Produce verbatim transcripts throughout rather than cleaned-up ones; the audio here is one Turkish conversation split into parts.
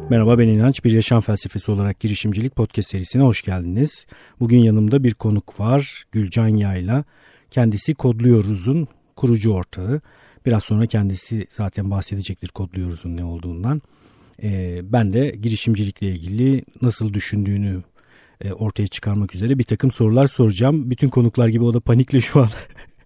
Merhaba, ben İnanç. Bir Yaşam Felsefesi olarak girişimcilik podcast serisine hoş geldiniz. Bugün yanımda bir konuk var, Gülcan Yayla. Kendisi Kodluyoruz'un kurucu ortağı. Biraz sonra kendisi zaten bahsedecektir Kodluyoruz'un ne olduğundan. Ee, ben de girişimcilikle ilgili nasıl düşündüğünü e, ortaya çıkarmak üzere bir takım sorular soracağım. Bütün konuklar gibi o da panikle şu an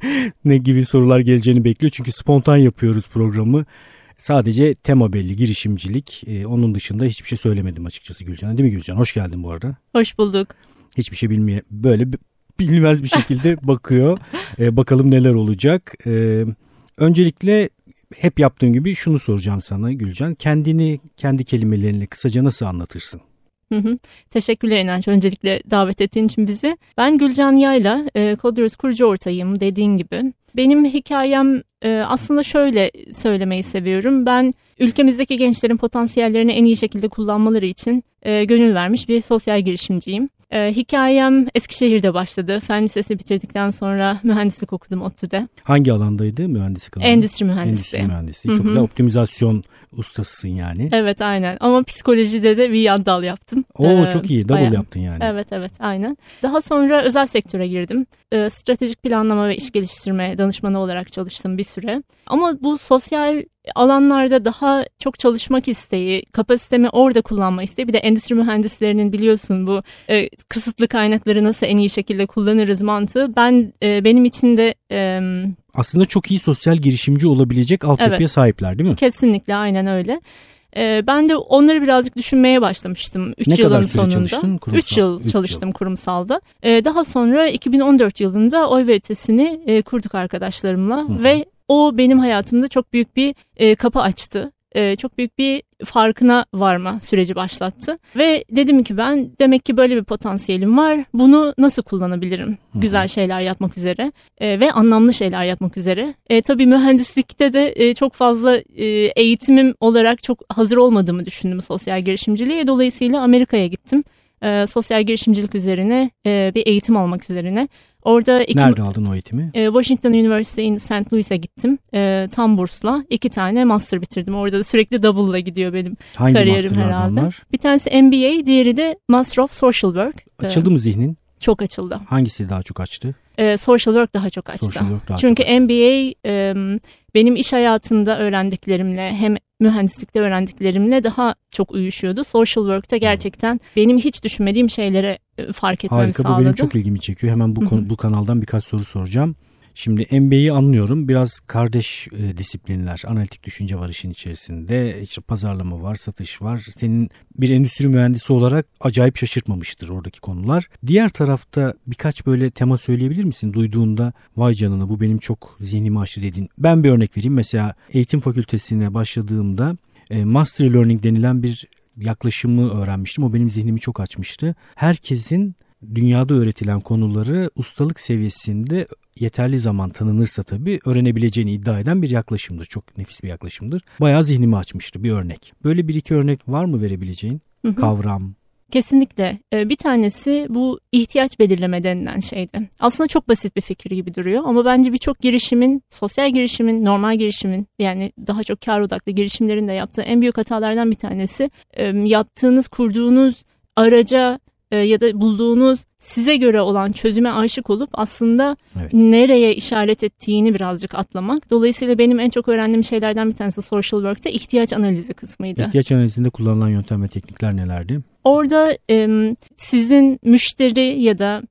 ne gibi sorular geleceğini bekliyor. Çünkü spontan yapıyoruz programı. Sadece tema belli, girişimcilik. Ee, onun dışında hiçbir şey söylemedim açıkçası Gülcan. Değil mi Gülcan? Hoş geldin bu arada. Hoş bulduk. Hiçbir şey bilmeye, böyle bilmez bir şekilde bakıyor. Ee, bakalım neler olacak. Ee, öncelikle hep yaptığım gibi şunu soracağım sana Gülcan. Kendini kendi kelimelerinle kısaca nasıl anlatırsın? Hı hı. Teşekkürler İnanç. Öncelikle davet ettiğin için bizi. Ben Gülcan Yayla, e, Kodluyoruz kurucu ortağıyım dediğin gibi. Benim hikayem e, aslında şöyle söylemeyi seviyorum. Ben ülkemizdeki gençlerin potansiyellerini en iyi şekilde kullanmaları için e, gönül vermiş bir sosyal girişimciyim. E, hikayem Eskişehir'de başladı. Fen lisesi bitirdikten sonra mühendislik okudum ODTÜ'de. Hangi alandaydı mühendislik alanı? Endüstri mühendisliği. Endüstri mühendisliği. Çok güzel, optimizasyon ustasısın yani. Evet, aynen, ama psikolojide de bir yan dal yaptım. Oo ee, çok iyi, double bayağı yaptın yani. Evet evet aynen. Daha sonra özel sektöre girdim. Ee, stratejik planlama ve iş geliştirme danışmanı olarak çalıştım bir süre. Ama bu sosyal alanlarda daha çok çalışmak isteği, kapasitemi orada kullanma isteği, bir de endüstri mühendislerinin biliyorsun bu e, kısıtlı kaynakları nasıl en iyi şekilde kullanırız mantığı. Ben e, benim için de e, aslında çok iyi sosyal girişimci olabilecek altyapıya evet, sahipler değil mi? Kesinlikle, aynen öyle. Ee, ben de onları birazcık düşünmeye başlamıştım üç yılın sonunda. üç yıl üç çalıştım yıl. kurumsalda. Ee, daha sonra iki bin on dört yılında Oy ve Ötesi'ni e, kurduk arkadaşlarımla. Hı-hı. Ve o benim hayatımda çok büyük bir e, kapı açtı. E, çok büyük bir farkına varma süreci başlattı. Ve dedim ki ben demek ki böyle bir potansiyelim var. Bunu nasıl kullanabilirim? Hı-hı. Güzel şeyler yapmak üzere e, ve anlamlı şeyler yapmak üzere. E, tabii mühendislikte de e, çok fazla e, eğitimim olarak çok hazır olmadığımı düşündüm sosyal girişimciliğe. Dolayısıyla Amerika'ya gittim. E, sosyal girişimcilik üzerine e, bir eğitim almak üzerine. Orada iki, Nerede aldın o eğitimi? E, Washington University in Saint Louis'e gittim. E, tam bursla. iki tane master bitirdim. Orada da sürekli double'la gidiyor benim Hangi kariyerim herhalde. Onlar? Bir tanesi M B A, diğeri de Master of Social Work. Açıldı e, mı zihnin? Çok açıldı. Hangisi daha çok açtı? E, social Work daha çok açtı. Daha Çünkü çok M B A e, benim iş hayatında öğrendiklerimle hem mühendislikte öğrendiklerimle daha çok uyuşuyordu. Social Work'ta gerçekten hmm. benim hiç düşünmediğim şeylere fark etmemi Harika, sağladı. Bu benim çok ilgimi çekiyor. Hemen bu, konu, bu kanaldan birkaç soru soracağım. Şimdi M B A'yi anlıyorum. Biraz kardeş e, disiplinler, analitik düşünce var işin içerisinde. İşte pazarlama var, satış var. Senin bir endüstri mühendisi olarak acayip şaşırtmamıştır oradaki konular. Diğer tarafta birkaç böyle tema söyleyebilir misin? Duyduğunda vay canına bu benim çok zihnimi açtı dediğin. Ben bir örnek vereyim. Mesela eğitim fakültesine başladığımda e, Mastery Learning denilen bir yaklaşımı öğrenmiştim. O benim zihnimi çok açmıştı. Herkesin dünyada öğretilen konuları ustalık seviyesinde yeterli zaman tanınırsa tabii öğrenebileceğini iddia eden bir yaklaşımdır. Çok nefis bir yaklaşımdır. Bayağı zihnimi açmıştı bir örnek. Böyle bir iki örnek var mı verebileceğin? Hı hı. Kavram. Kesinlikle. Bir tanesi bu ihtiyaç belirleme denilen şeydi. Aslında çok basit bir fikir gibi duruyor ama bence birçok girişimin, sosyal girişimin, normal girişimin, yani daha çok kar odaklı girişimlerin de yaptığı en büyük hatalardan bir tanesi yaptığınız, kurduğunuz araca ya da bulduğunuz size göre olan çözüme aşık olup aslında evet, nereye işaret ettiğini birazcık atlamak. Dolayısıyla benim en çok öğrendiğim şeylerden bir tanesi social work'ta ihtiyaç analizi kısmıydı. İhtiyaç analizinde kullanılan yöntem ve teknikler nelerdi? Orada e, sizin müşteri ya da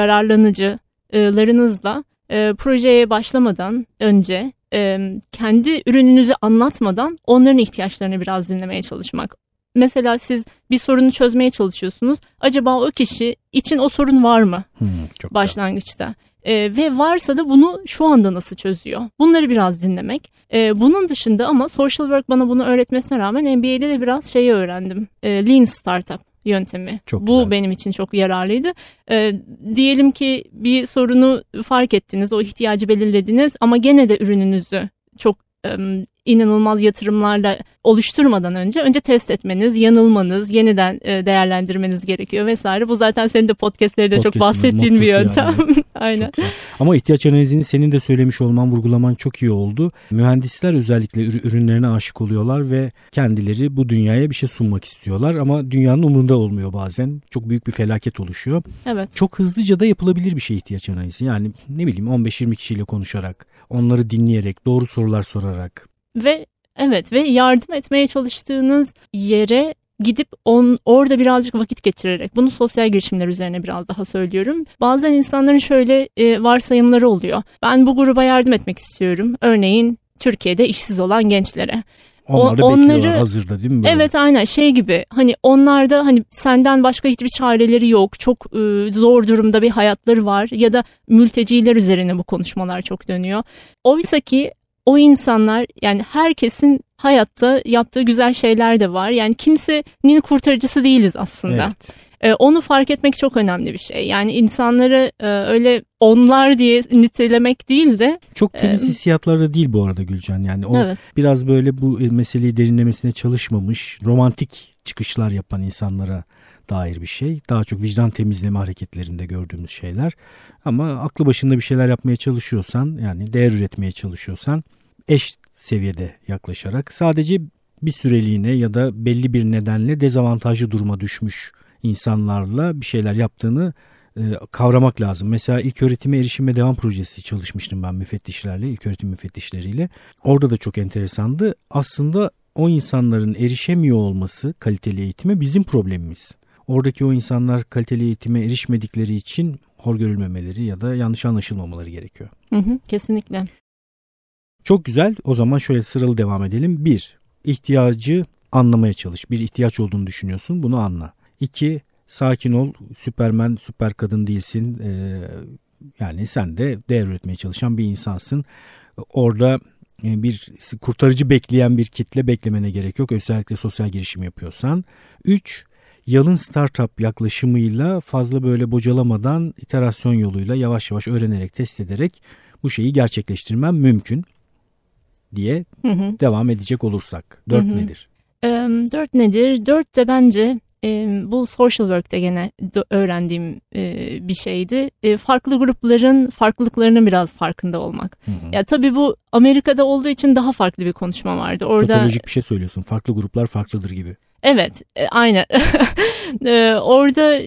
yararlanıcılarınızla e, projeye başlamadan önce e, kendi ürününüzü anlatmadan onların ihtiyaçlarını biraz dinlemeye çalışmak. Mesela siz bir sorunu çözmeye çalışıyorsunuz. Acaba o kişi için o sorun var mı hmm, çok başlangıçta? Ee, ve varsa da bunu şu anda nasıl çözüyor? Bunları biraz dinlemek. Ee, bunun dışında ama social work bana bunu öğretmesine rağmen M B A'de de biraz şeyi öğrendim. Ee, Lean Startup yöntemi. Çok Bu güzel. Benim için çok yararlıydı. Ee, diyelim ki bir sorunu fark ettiniz, o ihtiyacı belirlediniz ama gene de ürününüzü çok inanılmaz yatırımlarla oluşturmadan önce önce test etmeniz, yanılmanız, yeniden e, değerlendirmeniz gerekiyor vesaire. Bu zaten senin de podcastlerde çok bahsettiğin bir yöntem. Yani. Aynen. Ama ihtiyaç analizini senin de söylemiş olman, vurgulaman çok iyi oldu. Mühendisler özellikle ürünlerine aşık oluyorlar ve kendileri bu dünyaya bir şey sunmak istiyorlar ama dünyanın umurunda olmuyor bazen. Çok büyük bir felaket oluşuyor. Evet. Çok hızlıca da yapılabilir bir şey ihtiyaç analizi. Yani ne bileyim on beş yirmi kişiyle konuşarak, onları dinleyerek, doğru sorular sorarak. Ve evet ve yardım etmeye çalıştığınız yere gidip on, orada birazcık vakit geçirerek, bunu sosyal girişimler üzerine biraz daha söylüyorum. Bazen insanların şöyle e, varsayımları oluyor. Ben bu gruba yardım etmek istiyorum. Örneğin Türkiye'de işsiz olan gençlere. Onlar da o, onları, bekliyorlar hazırda değil mi? Böyle? Evet aynen şey gibi hani onlarda hani senden başka hiçbir çareleri yok. Çok e, zor durumda bir hayatları var ya da mülteciler üzerine bu konuşmalar çok dönüyor. Oysa ki o insanlar yani herkesin hayatta yaptığı güzel şeyler de var. Yani kimsenin kurtarıcısı değiliz aslında. Evet. Ee, onu fark etmek çok önemli bir şey. Yani insanları e, öyle onlar diye nitelemek değil de. Çok temiz e, hissiyatlar da değil bu arada Gülcan. Yani o evet. biraz böyle bu meseleyi derinlemesine çalışmamış, romantik çıkışlar yapan insanlara dair bir şey. Daha çok vicdan temizleme hareketlerinde gördüğümüz şeyler. Ama aklı başında bir şeyler yapmaya çalışıyorsan, yani değer üretmeye çalışıyorsan eş seviyede yaklaşarak sadece bir süreliğine ya da belli bir nedenle dezavantajlı duruma düşmüş insanlarla bir şeyler yaptığını e, kavramak lazım. Mesela ilköğretime erişime devam projesi çalışmıştım ben müfettişlerle, ilköğretim müfettişleriyle. Orada da çok enteresandı. Aslında o insanların erişemiyor olması kaliteli eğitime bizim problemimiz. Oradaki o insanlar kaliteli eğitime erişmedikleri için hor görülmemeleri ya da yanlış anlaşılmamaları gerekiyor. Hı hı, kesinlikle. Çok güzel. O zaman şöyle sıralı devam edelim. Bir, ihtiyacı anlamaya çalış. Bir ihtiyaç olduğunu düşünüyorsun. Bunu anla. İki, sakin ol. Süpermen, süper kadın değilsin. Ee, yani sen de değer üretmeye çalışan bir insansın. Orada bir kurtarıcı bekleyen bir kitle beklemene gerek yok. Özellikle sosyal girişim yapıyorsan. Üç, yalın startup yaklaşımıyla fazla böyle bocalamadan iterasyon yoluyla yavaş yavaş öğrenerek, test ederek bu şeyi gerçekleştirmen mümkün diye hı hı. devam edecek olursak. Dört hı hı. nedir? E, dört nedir? Dört de bence e, bu social work'te gene öğrendiğim e, bir şeydi. E, farklı grupların farklılıklarının biraz farkında olmak. Hı hı. Ya tabii bu Amerika'da olduğu için daha farklı bir konuşma vardı. Orada tautolojik bir şey söylüyorsun. Farklı gruplar farklıdır gibi. Evet, e, aynen. e, orada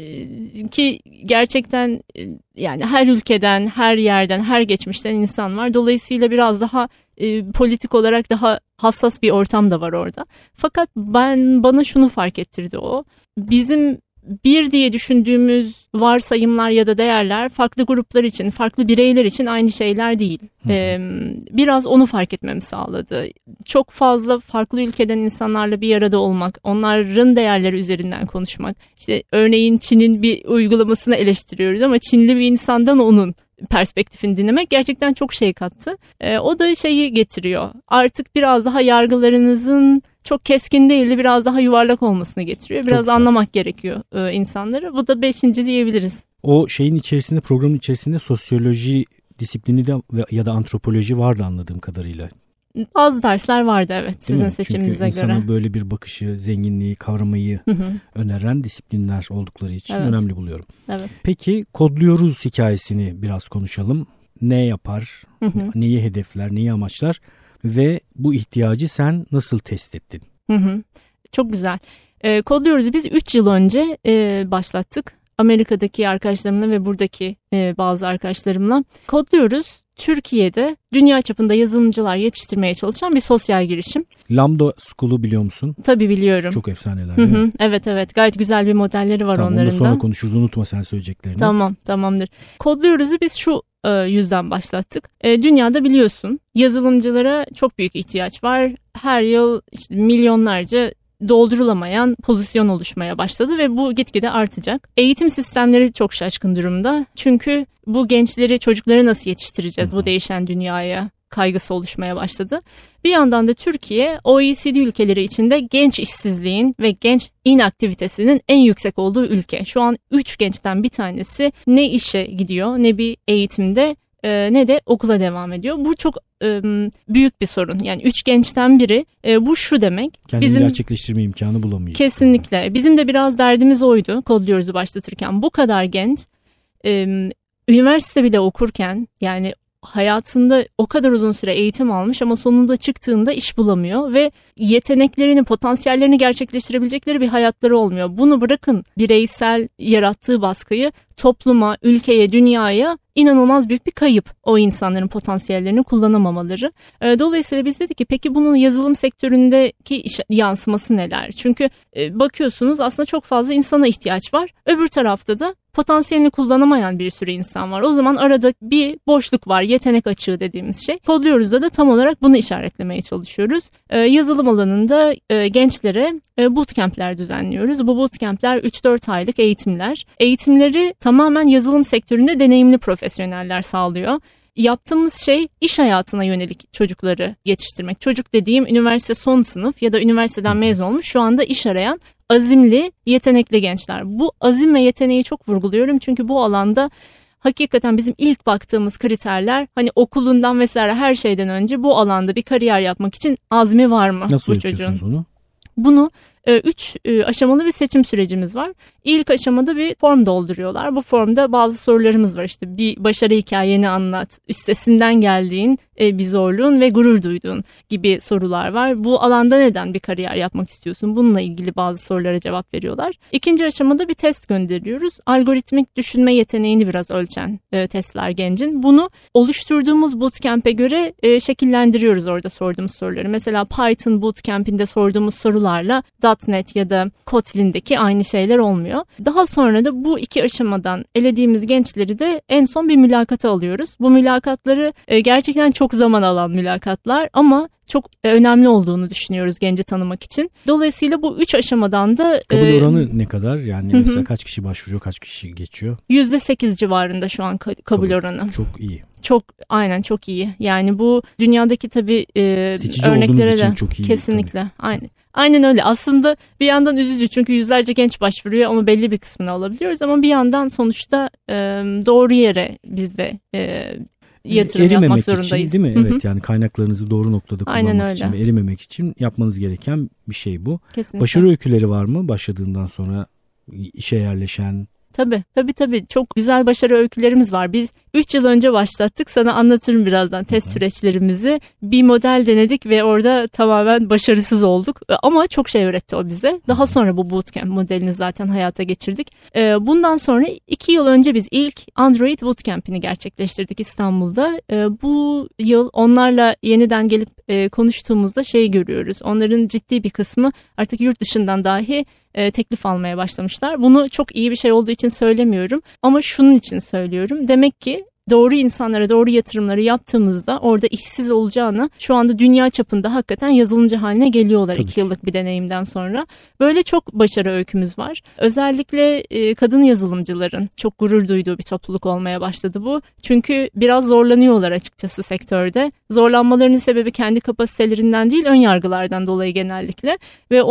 ki gerçekten e, yani her ülkeden, her yerden, her geçmişten insan var. Dolayısıyla biraz daha e, politik olarak daha hassas bir ortam da var orada. Fakat ben bana şunu fark ettirdi o. Bizim bir diye düşündüğümüz varsayımlar ya da değerler farklı gruplar için, farklı bireyler için aynı şeyler değil. Ee, biraz onu fark etmemi sağladı. Çok fazla farklı ülkeden insanlarla bir arada olmak, onların değerleri üzerinden konuşmak. İşte örneğin Çin'in bir uygulamasını eleştiriyoruz ama Çinli bir insandan onun perspektifini dinlemek gerçekten çok şey kattı. Ee, o da şeyi getiriyor. Artık biraz daha yargılarınızın çok keskin değil de biraz daha yuvarlak olmasını getiriyor. Biraz çok anlamak güzel. gerekiyor e, insanları. Bu da beşinci diyebiliriz. O şeyin içerisinde, programın içerisinde sosyoloji disiplini de ya da antropoloji vardı anladığım kadarıyla. Bazı dersler vardı evet sizin seçiminize göre. Çünkü insana böyle bir bakışı, zenginliği, kavramayı hı hı. öneren disiplinler oldukları için evet. önemli buluyorum. Evet. Peki kodluyoruz hikayesini biraz konuşalım. Ne yapar, hı hı. neyi hedefler, neyi amaçlar ve bu ihtiyacı sen nasıl test ettin? Hı hı. Çok güzel. E, kodluyoruz biz üç yıl önce e, başlattık. Amerika'daki arkadaşlarımla ve buradaki e, bazı arkadaşlarımla kodluyoruz. Türkiye'de dünya çapında yazılımcılar yetiştirmeye çalışan bir sosyal girişim. Lambda School'u biliyor musun? Tabii biliyorum. Çok efsaneler. Hı hı, evet evet gayet güzel bir modelleri var tamam, onların da. Tamam onu sonra konuşuruz, unutma sen söyleyeceklerini. Tamam tamamdır. Kodluyoruz'u biz şu e, yüzden başlattık. E, dünyada biliyorsun yazılımcılara çok büyük ihtiyaç var. Her yıl işte milyonlarca doldurulamayan pozisyon oluşmaya başladı ve bu gitgide artacak. Eğitim sistemleri çok şaşkın durumda. Çünkü bu gençleri, çocukları nasıl yetiştireceğiz bu değişen dünyaya kaygısı oluşmaya başladı. Bir yandan da Türkiye O E C D ülkeleri içinde genç işsizliğin ve genç inaktivitesinin en yüksek olduğu ülke. Şu an üç gençten bir tanesi ne işe gidiyor ne bir eğitimde ne de okula devam ediyor. Bu çok e, büyük bir sorun. Yani üç gençten biri e, bu şu demek. Kendini bizim, gerçekleştirme imkanı bulamıyor. Kesinlikle. Bizim de biraz derdimiz oydu Kodluyoruz'u başlatırken. Bu kadar genç e, üniversite bile okurken, yani hayatında o kadar uzun süre eğitim almış ama sonunda çıktığında iş bulamıyor ve yeteneklerini, potansiyellerini gerçekleştirebilecekleri bir hayatları olmuyor. Bunu bırakın bireysel yarattığı baskıyı, topluma, ülkeye, dünyaya inanılmaz büyük bir kayıp o insanların potansiyellerini kullanamamaları. Dolayısıyla biz dedik ki peki bunun yazılım sektöründeki iş yansıması neler? Çünkü bakıyorsunuz aslında çok fazla insana ihtiyaç var. Öbür tarafta da potansiyelini kullanamayan bir sürü insan var. O zaman arada bir boşluk var, yetenek açığı dediğimiz şey. Kodluyoruz'da da tam olarak bunu işaretlemeye çalışıyoruz. Yazılım alanında gençlere bootcamp'ler düzenliyoruz. Bu bootcamp'ler üç dört aylık eğitimler. Eğitimleri tamamen yazılım sektöründe deneyimli profesyoneller sağlıyor. Yaptığımız şey iş hayatına yönelik çocukları yetiştirmek. Çocuk dediğim üniversite son sınıf ya da üniversiteden mezun olmuş şu anda iş arayan azimli, yetenekli gençler. Bu azim ve yeteneği çok vurguluyorum çünkü bu alanda hakikaten bizim ilk baktığımız kriterler hani okulundan vesaire her şeyden önce bu alanda bir kariyer yapmak için azmi var mı Nasıl bu çocuğun? Nasıl onu? Bunu üç aşamalı bir seçim sürecimiz var. İlk aşamada bir form dolduruyorlar. Bu formda bazı sorularımız var. İşte bir başarı hikayeni anlat, üstesinden geldiğin bir zorluğun ve gurur duyduğun gibi sorular var. Bu alanda neden bir kariyer yapmak istiyorsun? Bununla ilgili bazı sorulara cevap veriyorlar. İkinci aşamada bir test gönderiyoruz. Algoritmik düşünme yeteneğini biraz ölçen e, testler gencin. Bunu oluşturduğumuz bootcamp'e göre e, şekillendiriyoruz orada sorduğumuz soruları. Mesela Python bootcamp'inde sorduğumuz sorularla .nokta net ya da Kotlin'deki aynı şeyler olmuyor. Daha sonra da bu iki aşamadan elediğimiz gençleri de en son bir mülakata alıyoruz. Bu mülakatları e, gerçekten çok zaman alan mülakatlar ama çok önemli olduğunu düşünüyoruz genci tanımak için. Dolayısıyla bu üç aşamadan da... Kabul e, oranı ne kadar? Yani hı-hı. Mesela kaç kişi başvuruyor, kaç kişi geçiyor? yüzde sekiz civarında şu an kabul, kabul oranı. Çok iyi. Çok aynen çok iyi. Yani bu dünyadaki tabii e, seçici örneklere için de çok iyi, kesinlikle. Tabii. Aynen. Aynen öyle. Aslında bir yandan üzücü çünkü yüzlerce genç başvuruyor ama belli bir kısmını alabiliyoruz ama bir yandan sonuçta e, doğru yere biz de e, yatırım erimemek yapmak zorundayız. Için, değil mi? Hı-hı. Evet, yani kaynaklarınızı doğru noktada kullanmak için ve erimemek için yapmanız gereken bir şey bu. Kesinlikle. Başarı öyküleri var mı başladığından sonra işe yerleşen? Tabii tabii tabii çok güzel başarı öykülerimiz var. Biz üç yıl önce başlattık. Sana anlatırım birazdan test Hı-hı. süreçlerimizi. Bir model denedik ve orada tamamen başarısız olduk. Ama çok şey öğretti o bize. Daha sonra bu bootcamp modelini zaten hayata geçirdik. Bundan sonra iki yıl önce biz ilk Android bootcamp'ini gerçekleştirdik İstanbul'da. Bu yıl onlarla yeniden gelip konuştuğumuzda şey görüyoruz. Onların ciddi bir kısmı artık yurt dışından dahi e, teklif almaya başlamışlar. Bunu çok iyi bir şey olduğu için söylemiyorum ama şunun için söylüyorum. Demek ki doğru insanlara doğru yatırımları yaptığımızda orada işsiz olacağına şu anda dünya çapında hakikaten yazılımcı haline geliyorlar Tabii. iki yıllık bir deneyimden sonra. Böyle çok başarı öykümüz var. Özellikle e, kadın yazılımcıların çok gurur duyduğu bir topluluk olmaya başladı bu. Çünkü biraz zorlanıyorlar açıkçası sektörde. Zorlanmalarının sebebi kendi kapasitelerinden değil ön yargılardan dolayı genellikle ve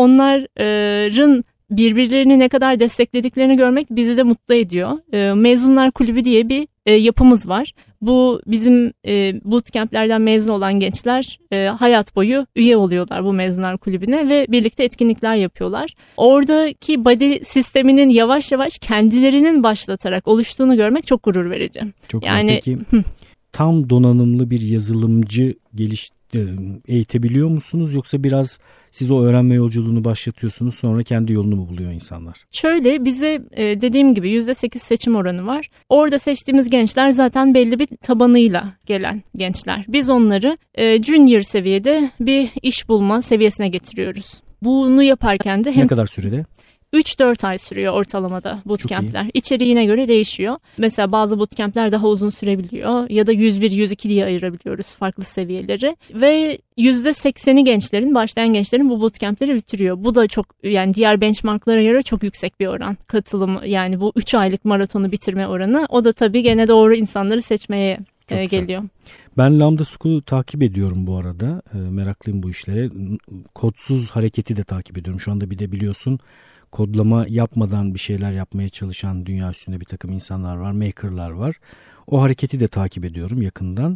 onların birbirlerini ne kadar desteklediklerini görmek bizi de mutlu ediyor. E, Mezunlar Kulübü diye bir e, yapımız var. Bu bizim e, bootcamp'lerden mezun olan gençler e, hayat boyu üye oluyorlar bu Mezunlar Kulübü'ne ve birlikte etkinlikler yapıyorlar. Oradaki buddy sisteminin yavaş yavaş kendilerinin başlatarak oluştuğunu görmek çok gurur verici. Çok yani, güzel. Peki tam donanımlı bir yazılımcı geliş eğitebiliyor musunuz yoksa biraz siz o öğrenme yolculuğunu başlatıyorsunuz sonra kendi yolunu mu buluyor insanlar? Şöyle bize dediğim gibi yüzde sekiz seçim oranı var. Orada seçtiğimiz gençler zaten belli bir tabanıyla gelen gençler. Biz onları junior seviyede bir iş bulma seviyesine getiriyoruz. Bunu yaparken de hem... Ne kadar sürede? üç dört ay sürüyor ortalamada bootcamp'ler. İçeriğine göre değişiyor. Mesela bazı bootcamp'ler daha uzun sürebiliyor ya da yüz bir yüz iki diye ayırabiliyoruz farklı seviyeleri ve yüzde sekseni gençlerin, başlayan gençlerin bu bootcamp'leri bitiriyor. Bu da çok yani diğer benchmarklara göre çok yüksek bir oran. Katılım yani bu üç aylık maratonu bitirme oranı. O da tabii gene doğru insanları seçmeye e, geliyor. Ben Lambda School'u takip ediyorum bu arada. E, meraklıyım bu işlere. Kodsuz hareketi de takip ediyorum. Şu anda bir de biliyorsun kodlama yapmadan bir şeyler yapmaya çalışan dünya üstünde bir takım insanlar var, makerlar var. O hareketi de takip ediyorum yakından.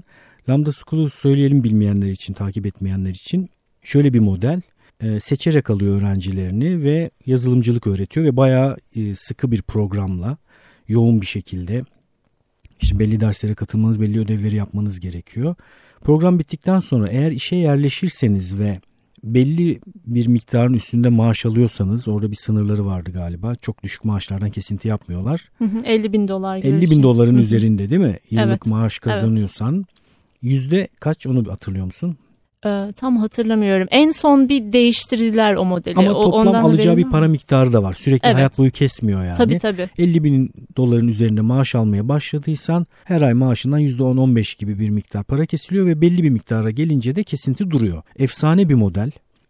Lambda School'u söyleyelim bilmeyenler için, takip etmeyenler için. Şöyle bir model. E, seçerek alıyor öğrencilerini ve yazılımcılık öğretiyor ve bayağı e, sıkı bir programla, yoğun bir şekilde işte belli derslere katılmanız, belli ödevleri yapmanız gerekiyor. Program bittikten sonra eğer işe yerleşirseniz ve belli bir miktarın üstünde maaş alıyorsanız, orada bir sınırları vardı galiba. Çok düşük maaşlardan kesinti yapmıyorlar. Hı hı, elli bin dolar gibi. elli bin şey. doların Hı hı. üzerinde değil mi? Yıllık evet. maaş kazanıyorsan. Evet. Yüzde kaç, onu hatırlıyor musun? Ee, tam hatırlamıyorum. En son bir değiştirdiler o modeli. Ama o, toplam alacağı bir para miktarı da var. Sürekli evet. hayat boyu kesmiyor yani. Tabii tabii. elli bin doların üzerinde maaş almaya başladıysan her ay maaşından yüzde on on beş gibi bir miktar para kesiliyor ve belli bir miktara gelince de kesinti duruyor. Efsane bir model.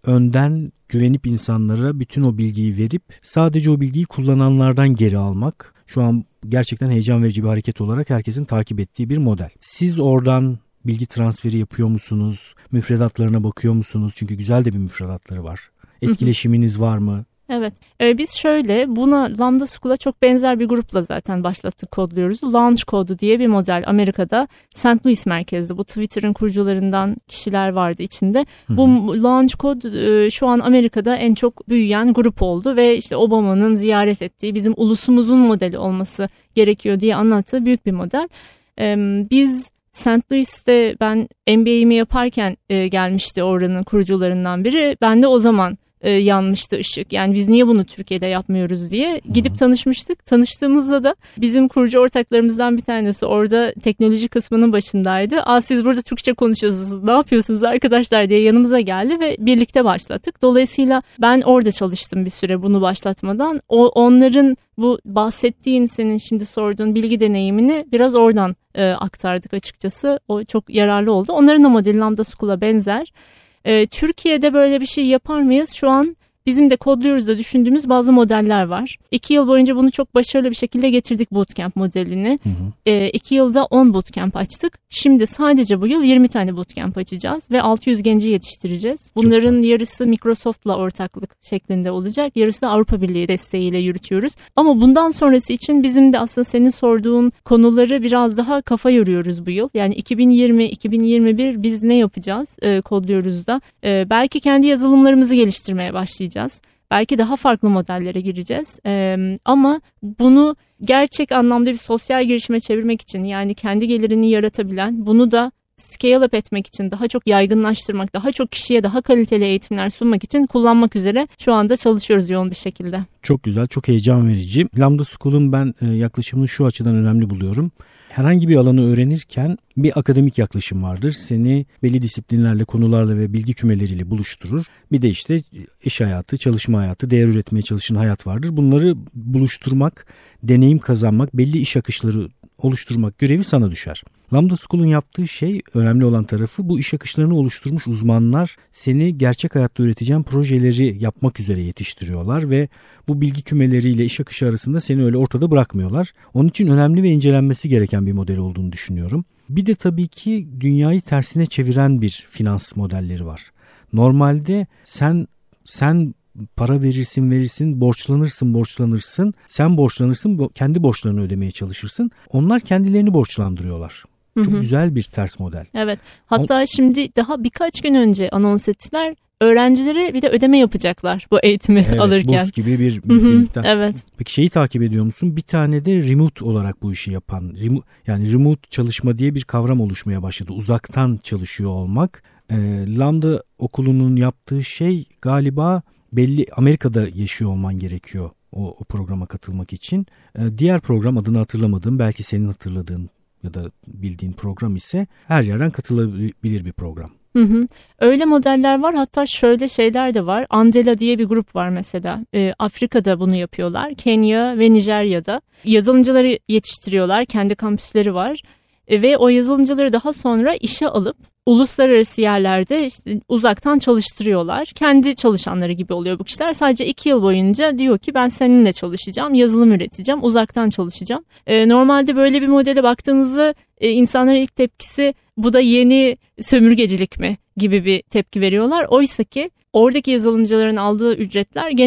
Önden güvenip insanlara bütün o bilgiyi verip sadece o bilgiyi kullananlardan geri almak şu an gerçekten heyecan verici bir hareket olarak herkesin takip ettiği bir model. Siz oradan bilgi transferi yapıyor musunuz? Müfredatlarına bakıyor musunuz? Çünkü güzel de bir müfredatları var. Etkileşiminiz var mı? Evet. Ee, biz şöyle buna Lambda School'a çok benzer bir grupla zaten başlattık, kodluyoruz. Launch Code'u diye bir model Amerika'da Saint Louis merkezli. Bu Twitter'ın kurucularından kişiler vardı içinde. Hı hı. Bu Launch Code e, şu an Amerika'da en çok büyüyen grup oldu ve işte Obama'nın ziyaret ettiği, bizim ulusumuzun modeli olması gerekiyor diye anlattığı büyük bir model. Ee, biz Saint Louis'te ben M B A'mi yaparken e, gelmişti oranın kurucularından biri. Ben de o zaman e, yanmıştı ışık. Yani biz niye bunu Türkiye'de yapmıyoruz diye gidip tanışmıştık. Tanıştığımızda da bizim kurucu ortaklarımızdan bir tanesi orada teknoloji kısmının başındaydı. Aa, siz burada Türkçe konuşuyorsunuz, ne yapıyorsunuz arkadaşlar diye yanımıza geldi ve birlikte başlattık. Dolayısıyla ben orada çalıştım bir süre bunu başlatmadan. O, onların bu bahsettiğin, senin şimdi sorduğun bilgi deneyimini biraz oradan e, aktardık açıkçası. O çok yararlı oldu. Onların da modeli Lambda School'a benzer. E, Türkiye'de böyle bir şey yapar mıyız? Şu an bizim de kodluyoruz da düşündüğümüz bazı modeller var. İki yıl boyunca bunu çok başarılı bir şekilde getirdik, bootcamp modelini. Hı hı. E, iki yılda on bootcamp açtık. Şimdi sadece bu yıl yirmi tane bootcamp açacağız ve altı yüz genci yetiştireceğiz. Bunların yarısı Microsoft'la ortaklık şeklinde olacak. Yarısı da Avrupa Birliği desteğiyle yürütüyoruz. Ama bundan sonrası için bizim de aslında senin sorduğun konuları biraz daha kafa yoruyoruz bu yıl. Yani iki bin yirmi iki bin yirmi bir biz ne yapacağız? E, kodluyoruz da. E, belki kendi yazılımlarımızı geliştirmeye başlayacağız. Belki daha farklı modellere gireceğiz. Ee, ama bunu gerçek anlamda bir sosyal girişime çevirmek için, yani kendi gelirini yaratabilen, bunu da scale up etmek için, daha çok yaygınlaştırmak, daha çok kişiye daha kaliteli eğitimler sunmak için kullanmak üzere şu anda çalışıyoruz yoğun bir şekilde. Çok güzel, çok heyecan verici. Lambda School'un ben yaklaşımını şu açıdan önemli buluyorum. Herhangi bir alanı öğrenirken bir akademik yaklaşım vardır. Seni belli disiplinlerle, konularla ve bilgi kümeleriyle buluşturur. Bir de işte iş hayatı, çalışma hayatı, değer üretmeye çalışan hayat vardır. Bunları buluşturmak, deneyim kazanmak, belli iş akışları oluşturmak görevi sana düşer. Lambda School'un yaptığı şey, önemli olan tarafı, bu iş akışlarını oluşturmuş uzmanlar seni gerçek hayatta üreteceğin projeleri yapmak üzere yetiştiriyorlar ve bu bilgi kümeleriyle iş akışı arasında seni öyle ortada bırakmıyorlar. Onun için önemli ve incelenmesi gereken bir model olduğunu düşünüyorum. Bir de tabii ki dünyayı tersine çeviren bir finans modelleri var. Normalde sen sen para verirsin verirsin, borçlanırsın borçlanırsın, sen borçlanırsın, kendi borçlarını ödemeye çalışırsın. Onlar kendilerini borçlandırıyorlar. Çok hı hı. güzel bir ters model. Evet. Hatta o... şimdi daha birkaç gün önce anons ettiler. Öğrencilere bir de ödeme yapacaklar bu eğitimi evet, alırken. Burs gibi bir, bir miktar. Evet. Peki şeyi takip ediyor musun? Bir tane de remote olarak bu işi yapan, remote, yani remote çalışma diye bir kavram oluşmaya başladı. Uzaktan çalışıyor olmak. E, Lambda okulunun yaptığı şey galiba belli, Amerika'da yaşıyor olman gerekiyor o, o programa katılmak için. E, diğer program, adını hatırlamadığım, belki senin hatırladığın ya da bildiğin program ise her yerden katılabilir bir program. Hı hı. Öyle modeller var, hatta şöyle şeyler de var. Andela diye bir grup var mesela. Ee, Afrika'da bunu yapıyorlar. Kenya ve Nijerya'da. Yazılımcıları yetiştiriyorlar. Kendi kampüsleri var. E, ve o yazılımcıları daha sonra işe alıp uluslararası yerlerde işte uzaktan çalıştırıyorlar. Kendi çalışanları gibi oluyor bu kişiler. Sadece iki yıl boyunca diyor ki ben seninle çalışacağım, yazılım üreteceğim, uzaktan çalışacağım. E, normalde böyle bir modele baktığınızda e, insanların ilk tepkisi bu da yeni sömürgecilik mi gibi bir tepki veriyorlar. Oysa ki oradaki yazılımcıların aldığı ücretler gene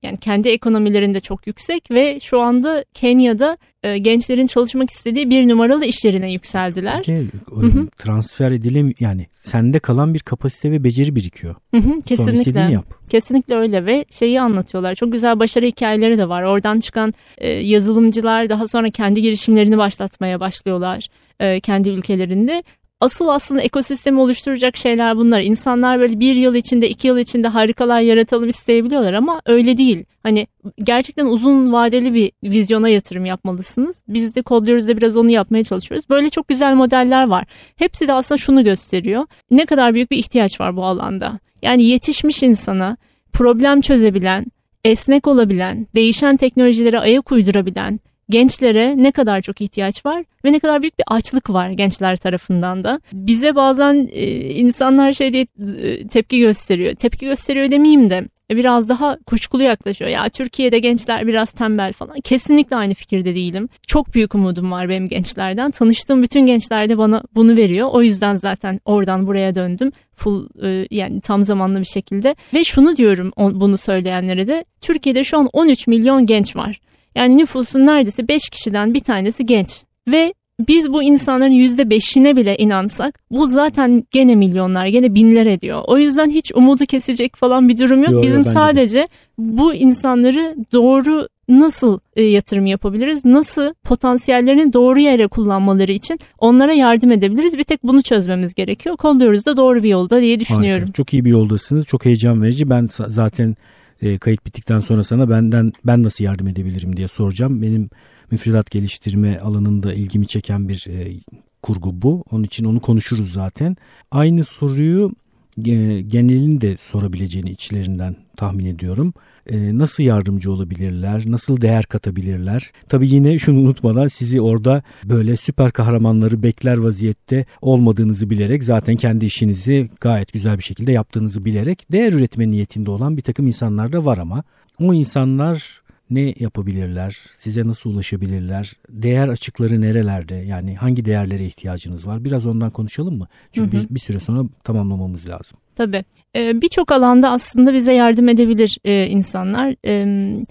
Yani kendi ekonomilerinde çok yüksek ve şu anda Kenya'da e, gençlerin çalışmak istediği bir numaralı iş yerine yükseldiler. Peki, transfer edilemiyor yani sende kalan bir kapasite ve beceri birikiyor. Hı hı, kesinlikle. Sonra istediğini yap. Kesinlikle öyle ve şeyi anlatıyorlar. Çok güzel başarı hikayeleri de var. Oradan çıkan e, yazılımcılar daha sonra kendi girişimlerini başlatmaya başlıyorlar e, kendi ülkelerinde. Asıl aslında ekosistemi oluşturacak şeyler bunlar. İnsanlar böyle bir yıl içinde, iki yıl içinde harikalar yaratalım isteyebiliyorlar ama öyle değil. Hani gerçekten uzun vadeli bir vizyona yatırım yapmalısınız. Biz de Kodluyoruz'da biraz onu yapmaya çalışıyoruz. Böyle çok güzel modeller var. Hepsi de aslında şunu gösteriyor. Ne kadar büyük bir ihtiyaç var bu alanda. Yani yetişmiş insana, problem çözebilen, esnek olabilen, değişen teknolojilere ayak uydurabilen gençlere ne kadar çok ihtiyaç var ve ne kadar büyük bir açlık var gençler tarafından da. Bize bazen e, insanlar şey diye e, tepki gösteriyor. Tepki gösteriyor demeyeyim de biraz daha kuşkulu yaklaşıyor. Ya Türkiye'de gençler biraz tembel falan. Kesinlikle aynı fikirde değilim. Çok büyük umudum var benim gençlerden. Tanıştığım bütün gençler de bana bunu veriyor. O yüzden zaten oradan buraya döndüm. Full e, yani tam zamanlı bir şekilde. Ve şunu diyorum bunu söyleyenlere de. Türkiye'de şu an on üç milyon genç var. Yani nüfusun neredeyse beş kişiden bir tanesi genç ve biz bu insanların yüzde beşine bile inansak bu zaten gene milyonlar, gene binler ediyor. O yüzden hiç umudu kesecek falan bir durum yok. Yo, Bizim yo, sadece de. Bu insanları doğru nasıl e, yatırım yapabiliriz? Nasıl potansiyellerini doğru yere kullanmaları için onlara yardım edebiliriz? Bir tek bunu çözmemiz gerekiyor. Kolluyoruz da doğru bir yolda diye düşünüyorum. Harika. Çok iyi bir yoldasınız. Çok heyecan verici. Ben zaten E, kayıt bittikten sonra sana benden ben nasıl yardım edebilirim diye soracağım. Benim müfredat geliştirme alanında ilgimi çeken bir e, kurgu bu. Onun için onu konuşuruz zaten. Aynı soruyu e, genelini de sorabileceğini içlerinden tahmin ediyorum. E, nasıl yardımcı olabilirler? Nasıl değer katabilirler? Tabii yine şunu unutmadan sizi orada böyle süper kahramanları bekler vaziyette olmadığınızı bilerek zaten kendi işinizi gayet güzel bir şekilde yaptığınızı bilerek değer üretme niyetinde olan bir takım insanlar da var ama o insanlar ne yapabilirler? Size nasıl ulaşabilirler? Değer açıkları nerelerde? Yani hangi değerlere ihtiyacınız var? Biraz ondan konuşalım mı? Çünkü hı hı. Bir, bir süre sonra tamamlamamız lazım. Tabii. Ee, birçok alanda aslında bize yardım edebilir e, insanlar. E,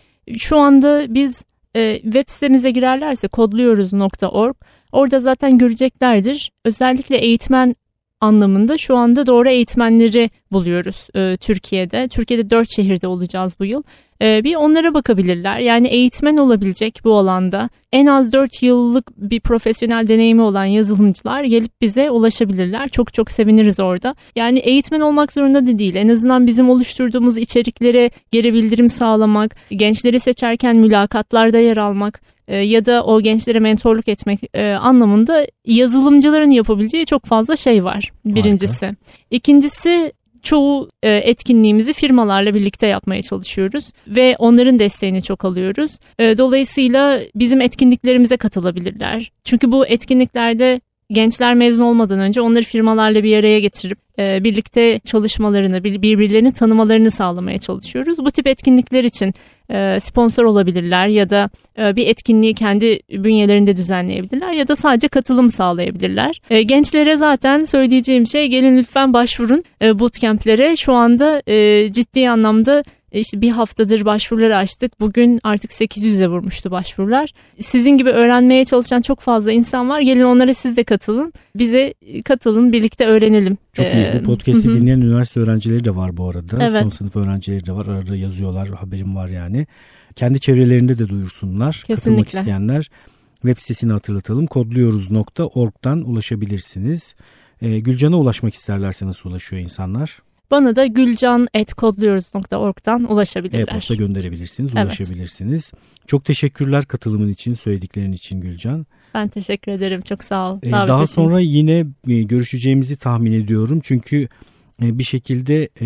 şu anda biz e, web sitemize girerlerse kodluyoruz nokta org orada zaten göreceklerdir. Özellikle eğitmen anlamında şu anda doğru eğitmenleri buluyoruz e, Türkiye'de. Türkiye'de dört şehirde olacağız bu yıl. E, bir onlara bakabilirler. Yani eğitmen olabilecek bu alanda en az dört yıllık bir profesyonel deneyimi olan yazılımcılar gelip bize ulaşabilirler. Çok çok seviniriz orada. Yani eğitmen olmak zorunda da değil. En azından bizim oluşturduğumuz içeriklere geri bildirim sağlamak, gençleri seçerken mülakatlarda yer almak ya da o gençlere mentorluk etmek e, anlamında yazılımcıların yapabileceği çok fazla şey var. Birincisi. Harika. İkincisi çoğu e, etkinliğimizi firmalarla birlikte yapmaya çalışıyoruz ve onların desteğini çok alıyoruz. E, dolayısıyla bizim etkinliklerimize katılabilirler. Çünkü bu etkinliklerde gençler mezun olmadan önce onları firmalarla bir araya getirip e, birlikte çalışmalarını, birbirlerini tanımalarını sağlamaya çalışıyoruz. Bu tip etkinlikler için e, sponsor olabilirler ya da e, bir etkinliği kendi bünyelerinde düzenleyebilirler ya da sadece katılım sağlayabilirler. E, gençlere zaten söyleyeceğim şey gelin lütfen başvurun e, bootcamp'lere. Şu anda e, ciddi anlamda İşte bir haftadır başvuruları açtık. Bugün artık sekiz yüze vurmuştu başvurular. Sizin gibi öğrenmeye çalışan çok fazla insan var. Gelin onlara siz de katılın. Bize katılın, birlikte öğrenelim. Çok iyi. Bu podcast'i hı-hı. dinleyen üniversite öğrencileri de var bu arada. Evet. Son sınıf öğrencileri de var. Arada yazıyorlar. Haberim var yani. Kendi çevrelerinde de duyursunlar. Kesinlikle. Katılmak isteyenler web sitesini hatırlatalım. kodluyoruz nokta org'dan ulaşabilirsiniz. Ee, Gülcan'a ulaşmak isterlerse nasıl ulaşıyor insanlar? Bana da gülcan at kodluyoruz nokta org'dan ulaşabilirler. E-posta gönderebilirsiniz, ulaşabilirsiniz. Evet. Çok teşekkürler katılımın için, söylediklerin için Gülcan. Ben teşekkür ederim. Çok sağ ol. Ee, daha sonra için. Yine görüşeceğimizi tahmin ediyorum. Çünkü bir şekilde e,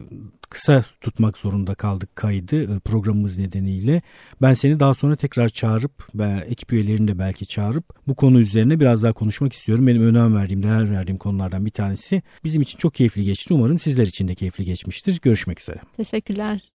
kısa tutmak zorunda kaldık kaydı programımız nedeniyle. Ben seni daha sonra tekrar çağırıp ve ekip üyelerini de belki çağırıp bu konu üzerine biraz daha konuşmak istiyorum. Benim önem verdiğim, değer verdiğim konulardan bir tanesi. Bizim için çok keyifli geçti. Umarım sizler için de keyifli geçmiştir. Görüşmek üzere. Teşekkürler.